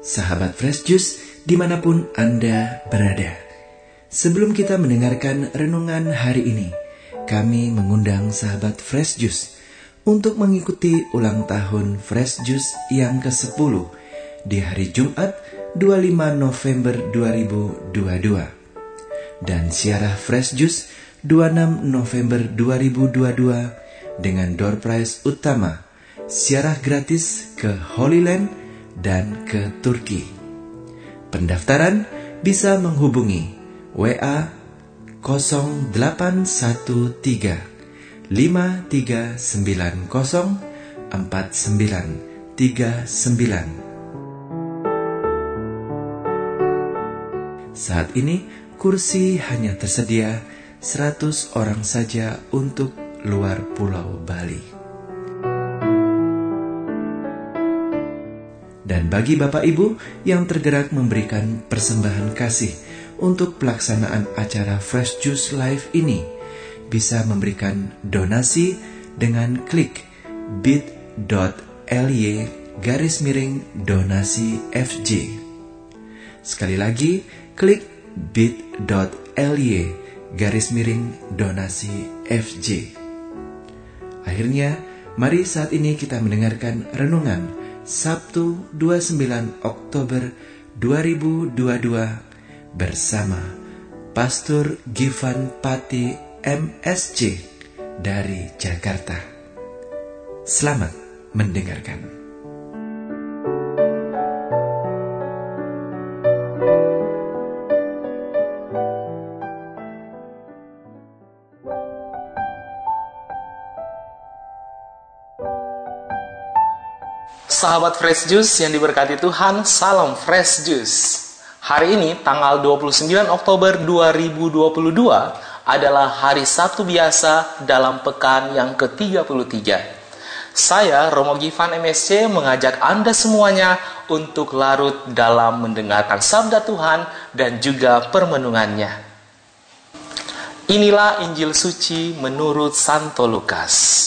sahabat Fresh Juice dimanapun Anda berada. Sebelum kita mendengarkan renungan hari ini, kami mengundang sahabat Fresh Juice untuk mengikuti ulang tahun Fresh Juice yang ke-10 di hari Jumat 25 November 2022 dan siarah Fresh Juice 26 November 2022 dengan door prize utama siarah gratis ke Holy Land dan ke Turki. Pendaftaran bisa menghubungi WA 0813 5390 4939. Saat ini kursi hanya tersedia 100 orang saja untuk luar Pulau Bali. Dan bagi Bapak Ibu yang tergerak memberikan persembahan kasih untuk pelaksanaan acara Fresh Juice Live ini, bisa memberikan donasi dengan klik bit.ly/donasi FJ. Sekali lagi, klik bit.ly/donasi FJ. Akhirnya, mari saat ini kita mendengarkan renungan Sabtu 29 Oktober 2022 bersama Pastor Givan Pati MSC dari Jakarta. Selamat mendengarkan. Sahabat Fresh Juice yang diberkati Tuhan, salam Fresh Juice. Hari ini tanggal 29 Oktober 2022 adalah hari Sabtu biasa dalam pekan yang ke-33. Saya, Romo Givan MSC, mengajak Anda semuanya untuk larut dalam mendengarkan sabda Tuhan dan juga permenungannya. Inilah Injil Suci menurut Santo Lukas.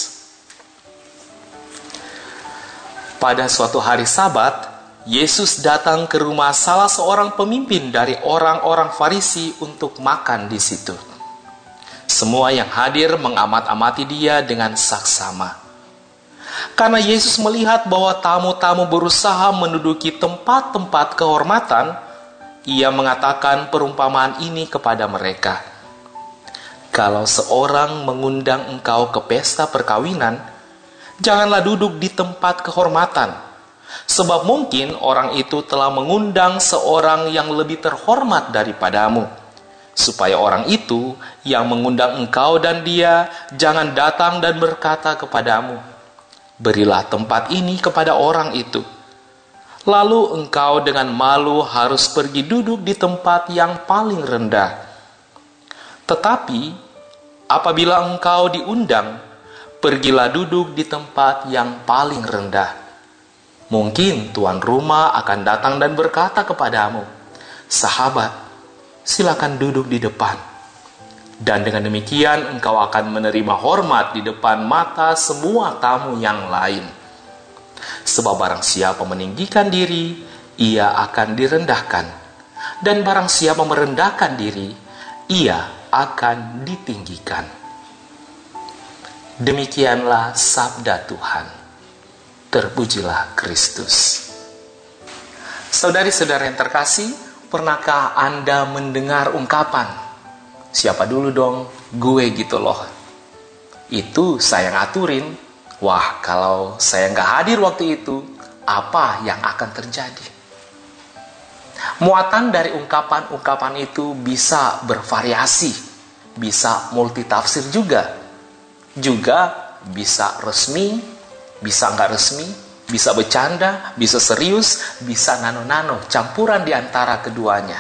Pada suatu hari Sabat, Yesus datang ke rumah salah seorang pemimpin dari orang-orang Farisi untuk makan di situ. Semua yang hadir mengamat-amati dia dengan saksama. Karena Yesus melihat bahwa tamu-tamu berusaha menduduki tempat-tempat kehormatan, ia mengatakan perumpamaan ini kepada mereka. Kalau seorang mengundang engkau ke pesta perkawinan, janganlah duduk di tempat kehormatan, sebab mungkin orang itu telah mengundang seorang yang lebih terhormat daripadamu, supaya orang itu yang mengundang engkau dan dia jangan datang dan berkata kepadamu, berilah tempat ini kepada orang itu. Lalu engkau dengan malu harus pergi duduk di tempat yang paling rendah. Tetapi apabila engkau diundang, pergilah duduk di tempat yang paling rendah. Mungkin tuan rumah akan datang dan berkata kepadamu, sahabat, silakan duduk di depan. Dan dengan demikian engkau akan menerima hormat di depan mata semua tamu yang lain. Sebab barang siapa meninggikan diri, ia akan direndahkan. Dan barang siapa merendahkan diri, ia akan ditinggikan. Demikianlah sabda Tuhan. Terpujilah Kristus. Saudari-saudari yang terkasih, pernahkah Anda mendengar ungkapan, siapa dulu dong, gue gitu loh. Itu saya ngaturin. Wah, kalau saya nggak hadir waktu itu, apa yang akan terjadi? Muatan dari ungkapan-ungkapan itu bisa bervariasi, bisa multitafsir juga bisa resmi, bisa nggak resmi, bisa bercanda, bisa serius, bisa nano-nano, campuran di antara keduanya.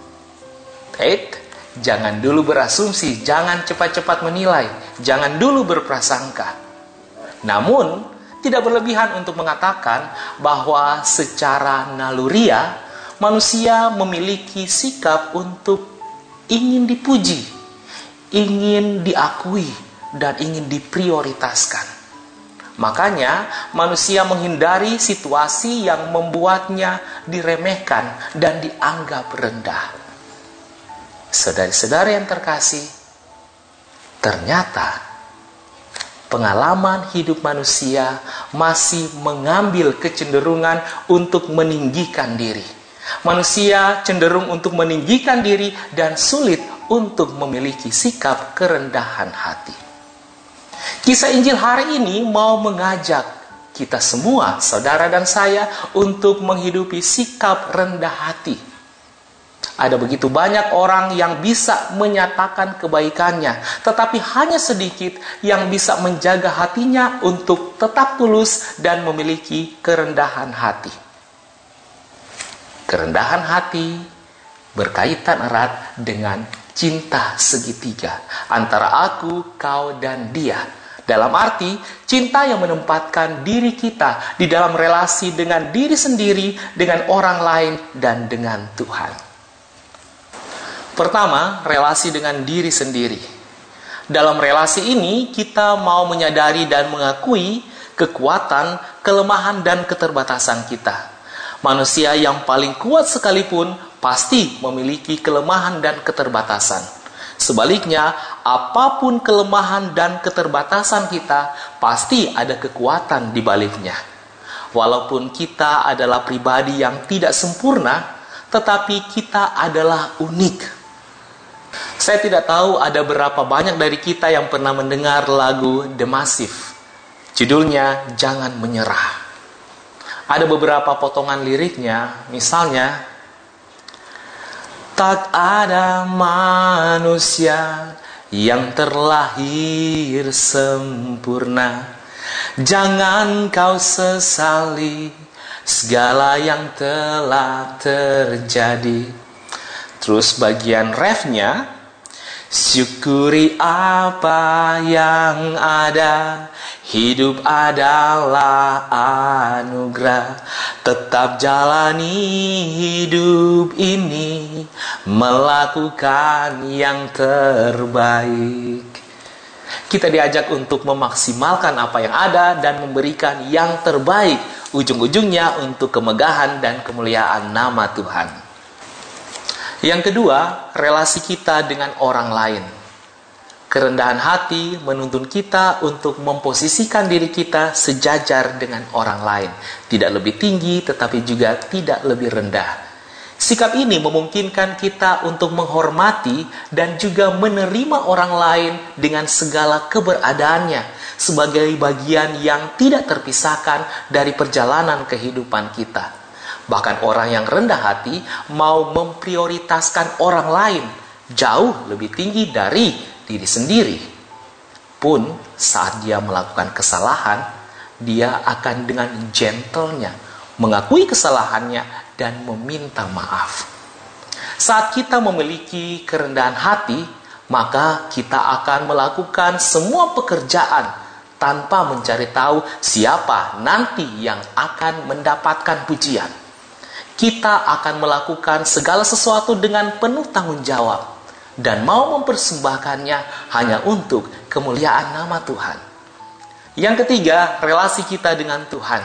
Jangan dulu berasumsi, jangan cepat-cepat menilai, jangan dulu berprasangka. Namun, tidak berlebihan untuk mengatakan bahwa secara naluriah, manusia memiliki sikap untuk ingin dipuji, ingin diakui, dan ingin diprioritaskan. Makanya manusia menghindari situasi yang membuatnya diremehkan dan dianggap rendah. Saudara-saudara yang terkasih, ternyata pengalaman hidup manusia masih mengambil kecenderungan untuk meninggikan diri. Manusia cenderung untuk meninggikan diri dan sulit untuk memiliki sikap kerendahan hati. Kisah Injil hari ini mau mengajak kita semua, saudara dan saya, untuk menghidupi sikap rendah hati. Ada begitu banyak orang yang bisa menyatakan kebaikannya, tetapi hanya sedikit yang bisa menjaga hatinya untuk tetap tulus dan memiliki kerendahan hati. Kerendahan hati berkaitan erat dengan cinta segitiga antara aku, kau, dan dia. Dalam arti, cinta yang menempatkan diri kita di dalam relasi dengan diri sendiri, dengan orang lain, dan dengan Tuhan. Pertama, relasi dengan diri sendiri. Dalam relasi ini, kita mau menyadari dan mengakui kekuatan, kelemahan, dan keterbatasan kita. Manusia yang paling kuat sekalipun pasti memiliki kelemahan dan keterbatasan. Sebaliknya, apapun kelemahan dan keterbatasan kita, pasti ada kekuatan di baliknya. Walaupun kita adalah pribadi yang tidak sempurna, tetapi kita adalah unik. Saya tidak tahu ada berapa banyak dari kita yang pernah mendengar lagu The Massive. Judulnya Jangan Menyerah. Ada beberapa potongan liriknya, misalnya, tak ada manusia yang terlahir sempurna. Jangan kau sesali segala yang telah terjadi. Terus bagian refnya, syukuri apa yang ada. Hidup adalah anugerah. Tetap jalani hidup ini, melakukan yang terbaik. Kita diajak untuk memaksimalkan apa yang ada dan memberikan yang terbaik, ujung-ujungnya untuk kemegahan dan kemuliaan nama Tuhan. Yang kedua, relasi kita dengan orang lain. Kerendahan hati menuntun kita untuk memposisikan diri kita sejajar dengan orang lain. Tidak lebih tinggi, tetapi juga tidak lebih rendah. Sikap ini memungkinkan kita untuk menghormati dan juga menerima orang lain dengan segala keberadaannya sebagai bagian yang tidak terpisahkan dari perjalanan kehidupan kita. Bahkan orang yang rendah hati mau memprioritaskan orang lain jauh lebih tinggi dari diri sendiri. Pun saat dia melakukan kesalahan, dia akan dengan gentlenya mengakui kesalahannya dan meminta maaf. Saat kita memiliki kerendahan hati, maka kita akan melakukan semua pekerjaan tanpa mencari tahu siapa nanti yang akan mendapatkan pujian. Kita akan melakukan segala sesuatu dengan penuh tanggung jawab dan mau mempersembahkannya hanya untuk kemuliaan nama Tuhan. Yang ketiga, relasi kita dengan Tuhan.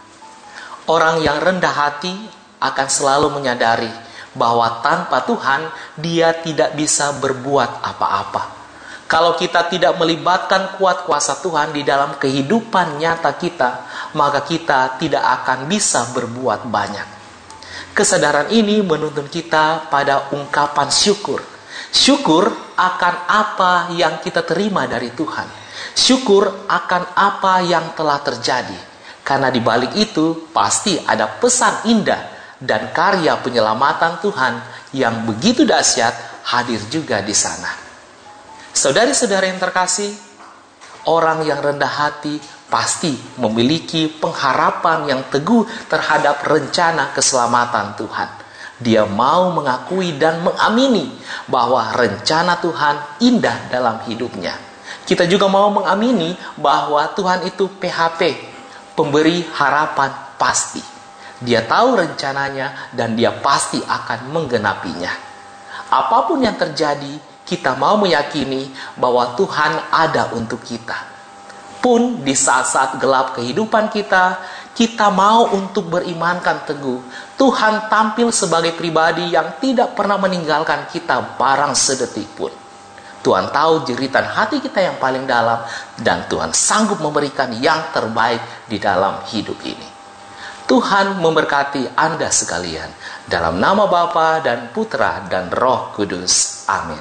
Orang yang rendah hati akan selalu menyadari bahwa tanpa Tuhan dia tidak bisa berbuat apa-apa. Kalau kita tidak melibatkan kuat kuasa Tuhan di dalam kehidupan nyata kita, maka kita tidak akan bisa berbuat banyak. Kesadaran ini menuntun kita pada ungkapan syukur. Syukur akan apa yang kita terima dari Tuhan. Syukur akan apa yang telah terjadi. Karena di balik itu pasti ada pesan indah dan karya penyelamatan Tuhan yang begitu dahsyat hadir juga di sana. Saudari-saudari yang terkasih, orang yang rendah hati pasti memiliki pengharapan yang teguh terhadap rencana keselamatan Tuhan. Dia mau mengakui dan mengamini bahwa rencana Tuhan indah dalam hidupnya. Kita juga mau mengamini bahwa Tuhan itu PHP, pemberi harapan pasti. Dia tahu rencananya dan dia pasti akan menggenapinya. Apapun yang terjadi, kita mau meyakini bahwa Tuhan ada untuk kita. Pun di saat-saat gelap kehidupan kita, kita mau untuk berimankan teguh, Tuhan tampil sebagai pribadi yang tidak pernah meninggalkan kita barang sedetik pun. Tuhan tahu jeritan hati kita yang paling dalam, dan Tuhan sanggup memberikan yang terbaik di dalam hidup ini. Tuhan memberkati Anda sekalian. Dalam nama Bapa dan Putra dan Roh Kudus. Amin.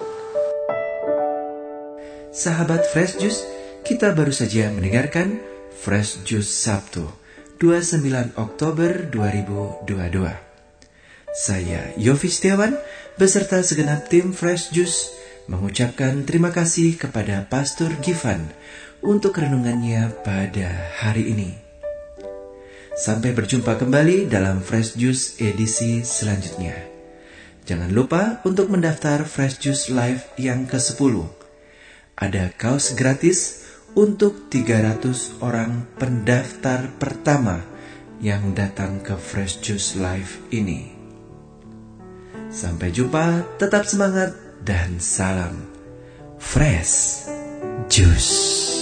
Sahabat Fresh Juice, kita baru saja mendengarkan Fresh Juice Sabtu 29 Oktober 2022. Saya Yofi Setiawan beserta segenap tim Fresh Juice mengucapkan terima kasih kepada Pastor Givan untuk renungannya pada hari ini. Sampai berjumpa kembali dalam Fresh Juice edisi selanjutnya. Jangan lupa untuk mendaftar Fresh Juice Live yang ke-10. Ada kaos gratis untuk 300 orang pendaftar pertama yang datang ke Fresh Juice Live ini. Sampai jumpa, tetap semangat, dan salam Fresh Juice.